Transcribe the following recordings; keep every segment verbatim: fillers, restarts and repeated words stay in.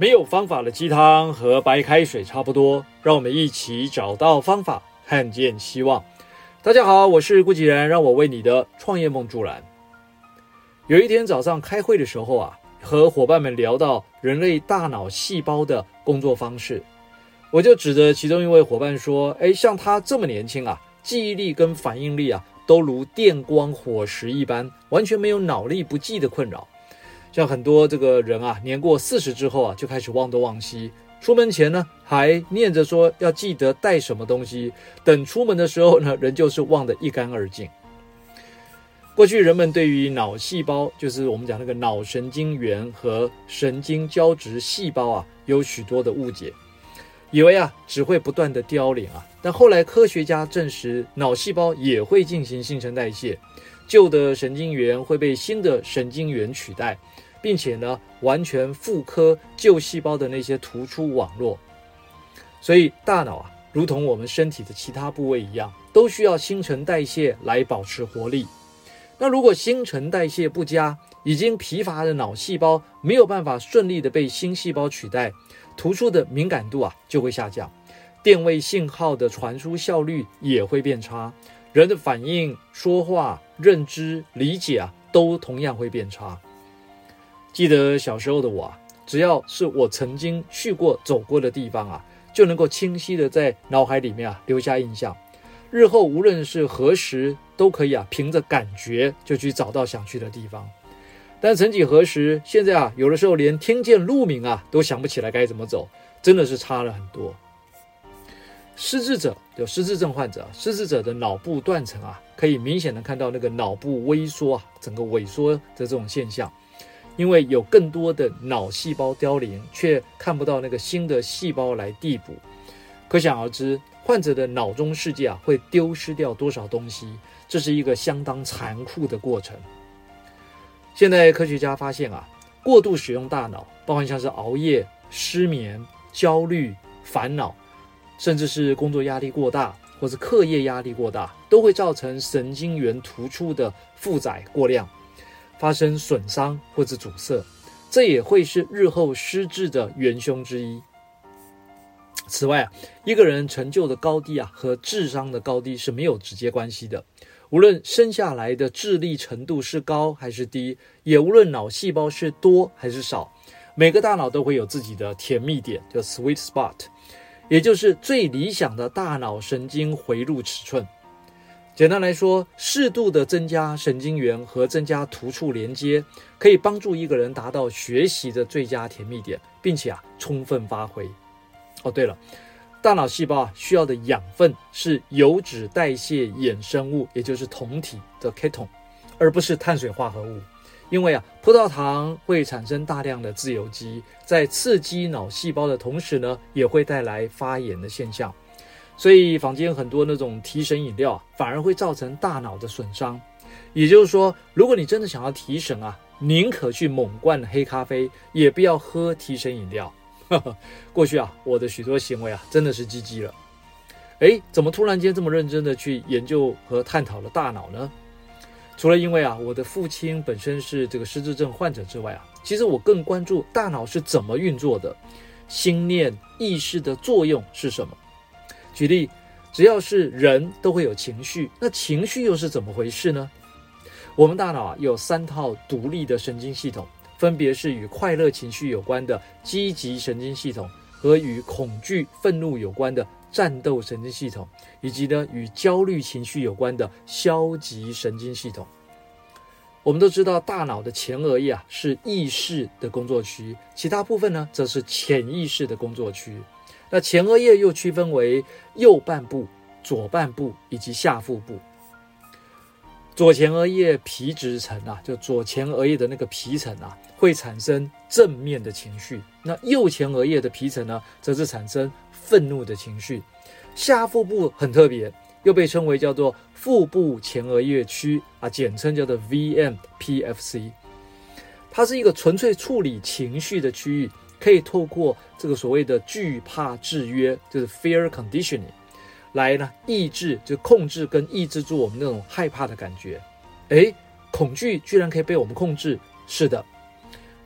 没有方法的鸡汤和白开水差不多，让我们一起找到方法，看见希望。大家好，我是顾继然，让我为你的创业梦助燃。有一天早上开会的时候啊，和伙伴们聊到人类大脑细胞的工作方式，我就指着其中一位伙伴说，诶，像他这么年轻啊，记忆力跟反应力啊，都如电光火石一般，完全没有脑力不记的困扰。像很多这个人啊，年过四十之后啊，就开始忘东忘西，出门前呢还念着说要记得带什么东西，等出门的时候呢，人就是忘得一干二净。过去人们对于脑细胞，就是我们讲那个脑神经元和神经胶质细胞啊，有许多的误解，以为啊只会不断的凋零啊。但后来科学家证实，脑细胞也会进行新陈代谢，旧的神经元会被新的神经元取代，并且呢完全复刻旧细胞的那些突出网络。所以大脑啊，如同我们身体的其他部位一样，都需要新陈代谢来保持活力。那如果新陈代谢不佳，已经疲乏的脑细胞没有办法顺利的被新细胞取代，突触的敏感度啊就会下降，电位信号的传输效率也会变差，人的反应、说话、认知、理解啊都同样会变差。记得小时候的我啊，只要是我曾经去过走过的地方啊，就能够清晰的在脑海里面啊留下印象，日后无论是何时都可以啊凭着感觉就去找到想去的地方。但曾几何时，现在啊有的时候连听见路名啊都想不起来该怎么走，真的是差了很多。失智者有失智症患者，失智者的脑部断层啊，可以明显的看到那个脑部微缩啊，整个萎缩的这种现象，因为有更多的脑细胞凋零，却看不到那个新的细胞来递补。可想而知，患者的脑中世界啊会丢失掉多少东西，这是一个相当残酷的过程。现在科学家发现啊，过度使用大脑，包含像是熬夜、失眠、焦虑、烦恼，甚至是工作压力过大，或是课业压力过大，都会造成神经元突触的负载过量，发生损伤或者阻塞，这也会是日后失智的元凶之一。此外啊，一个人成就的高低啊，和智商的高低是没有直接关系的。无论生下来的智力程度是高还是低，也无论脑细胞是多还是少，每个大脑都会有自己的甜蜜点，叫 sweet spot， 也就是最理想的大脑神经回路尺寸。简单来说，适度的增加神经元和增加突触连接，可以帮助一个人达到学习的最佳甜蜜点，并且啊充分发挥。哦，对了，大脑细胞啊需要的养分是油脂代谢衍生物，也就是酮体的 ketone， 而不是碳水化合物。因为啊，葡萄糖会产生大量的自由基，在刺激脑细胞的同时呢，也会带来发炎的现象。所以坊间很多那种提神饮料啊，反而会造成大脑的损伤。也就是说，如果你真的想要提神啊，宁可去猛灌黑咖啡，也不要喝提神饮料。过去啊，我的许多行为啊，真的是鸡鸡了。诶，怎么突然间这么认真的去研究和探讨了大脑呢？除了因为啊，我的父亲本身是这个失智症患者之外啊，其实我更关注大脑是怎么运作的，心念、意识的作用是什么。举例，只要是人都会有情绪，那情绪又是怎么回事呢？我们大脑啊有三套独立的神经系统，分别是与快乐情绪有关的积极神经系统，和与恐惧、愤怒有关的战斗神经系统，以及呢与焦虑情绪有关的消极神经系统。我们都知道，大脑的前额叶啊是意识的工作区，其他部分呢则是潜意识的工作区。那前额叶又区分为右半部、左半部以及下腹部。左前额叶皮质层啊，就左前额叶的那个皮层啊，会产生正面的情绪；那右前额叶的皮层呢，则是产生愤怒的情绪。下腹部很特别，又被称为叫做腹部前额叶区啊，简称叫做 V M P F C。它是一个纯粹处理情绪的区域，可以透过这个所谓的惧怕制约，就是 fear conditioning，来呢抑制，就控制跟抑制住我们那种害怕的感觉。诶，恐惧居然可以被我们控制？是的，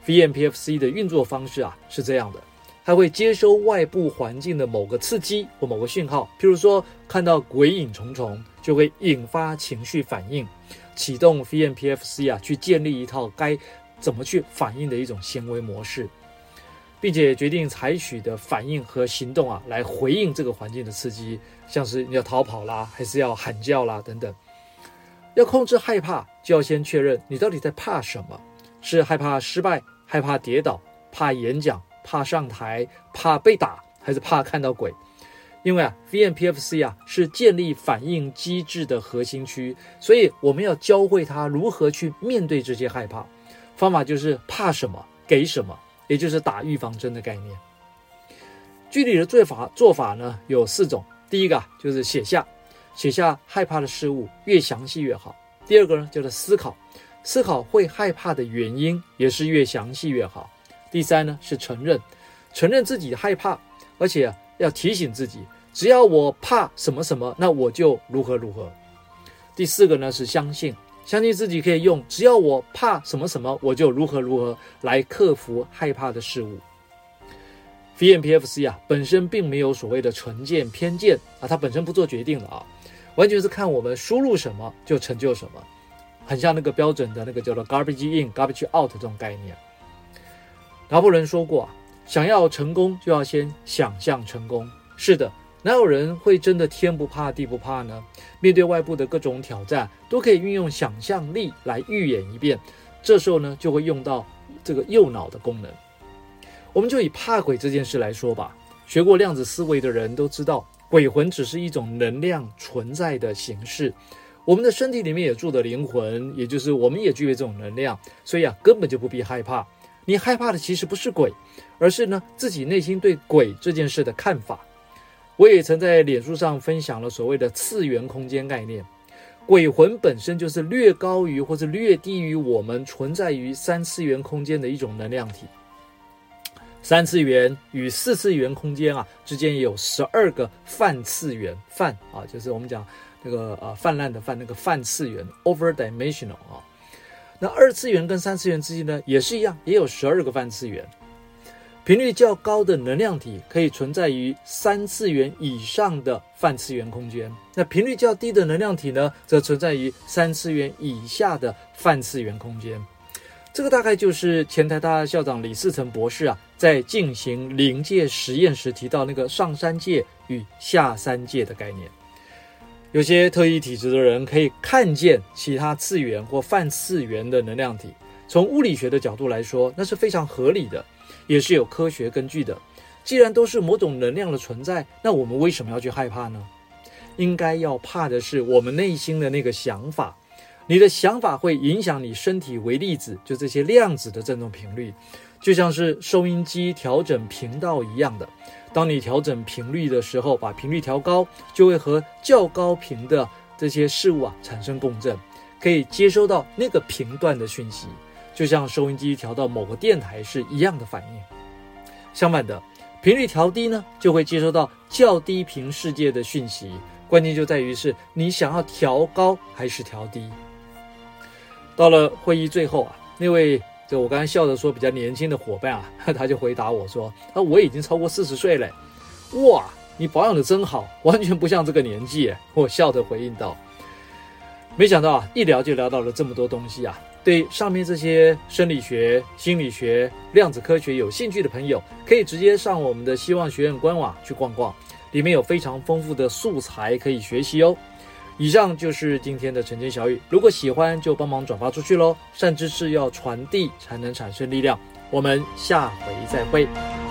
V M P F C 的运作方式啊是这样的，它会接收外部环境的某个刺激或某个讯号，譬如说看到鬼影重重，就会引发情绪反应，启动 V M P F C 啊去建立一套该怎么去反应的一种行为模式，并且决定采取的反应和行动啊来回应这个环境的刺激，像是你要逃跑啦，还是要喊叫啦等等。要控制害怕，就要先确认你到底在怕什么，是害怕失败，害怕跌倒，怕演讲，怕上台，怕被打，还是怕看到鬼？因为啊 V M P F C 啊是建立反应机制的核心区，所以我们要教会他如何去面对这些害怕。方法就是怕什么给什么，也就是打预防针的概念。具体的做法做法呢有四种。第一个啊就是写下，写下害怕的事物，越详细越好。第二个呢就是思考，思考会害怕的原因，也是越详细越好。第三呢是承认，承认自己害怕，而且啊要提醒自己，只要我怕什么什么，那我就如何如何。第四个呢是相信，相信自己可以用只要我怕什么什么，我就如何如何来克服害怕的事物。V M P F C 啊本身并没有所谓的成见偏见啊，它本身不做决定的啊，完全是看我们输入什么就成就什么，很像那个标准的那个叫做 garbage in garbage out 这种概念。拿破仑说过啊，想要成功就要先想象成功。是的，哪有人会真的天不怕地不怕呢？面对外部的各种挑战，都可以运用想象力来预演一遍，这时候呢就会用到这个右脑的功能。我们就以怕鬼这件事来说吧，学过量子思维的人都知道，鬼魂只是一种能量存在的形式，我们的身体里面也住的灵魂，也就是我们也具备这种能量，所以啊根本就不必害怕。你害怕的其实不是鬼，而是呢自己内心对鬼这件事的看法。我也曾在脸书上分享了所谓的次元空间概念，鬼魂本身就是略高于或者略低于我们存在于三次元空间的一种能量体。三次元与四次元空间啊之间也有十二个泛次元，泛啊就是我们讲那个呃泛滥的泛，那个泛次元 overdimensional 啊。那二次元跟三次元之间呢也是一样，也有十二个泛次元。频率较高的能量体可以存在于三次元以上的泛次元空间，那频率较低的能量体呢则存在于三次元以下的泛次元空间。这个大概就是前台大校长李嗣涔博士啊在进行临界实验时提到那个上三界与下三界的概念。有些特异体质的人可以看见其他次元或泛次元的能量体，从物理学的角度来说，那是非常合理的，也是有科学根据的。既然都是某种能量的存在，那我们为什么要去害怕呢？应该要怕的是我们内心的那个想法。你的想法会影响你身体微粒子，就这些量子的振动频率，就像是收音机调整频道一样的。当你调整频率的时候，把频率调高，就会和较高频的这些事物啊产生共振，可以接收到那个频段的讯息，就像收音机调到某个电台是一样的反应。相反的，频率调低呢，就会接收到较低频世界的讯息，关键就在于是你想要调高还是调低。到了会议最后啊，那位就我刚才笑着说比较年轻的伙伴啊，他就回答我说啊，我已经超过四十岁了。哇，你保养得真好，完全不像这个年纪。我笑着回应道。没想到啊，一聊就聊到了这么多东西啊。对上面这些生理学、心理学、量子科学有兴趣的朋友，可以直接上我们的希望学院官网去逛逛，里面有非常丰富的素材可以学习哦。以上就是今天的晨间小语，如果喜欢就帮忙转发出去咯，善知识要传递才能产生力量。我们下回再会。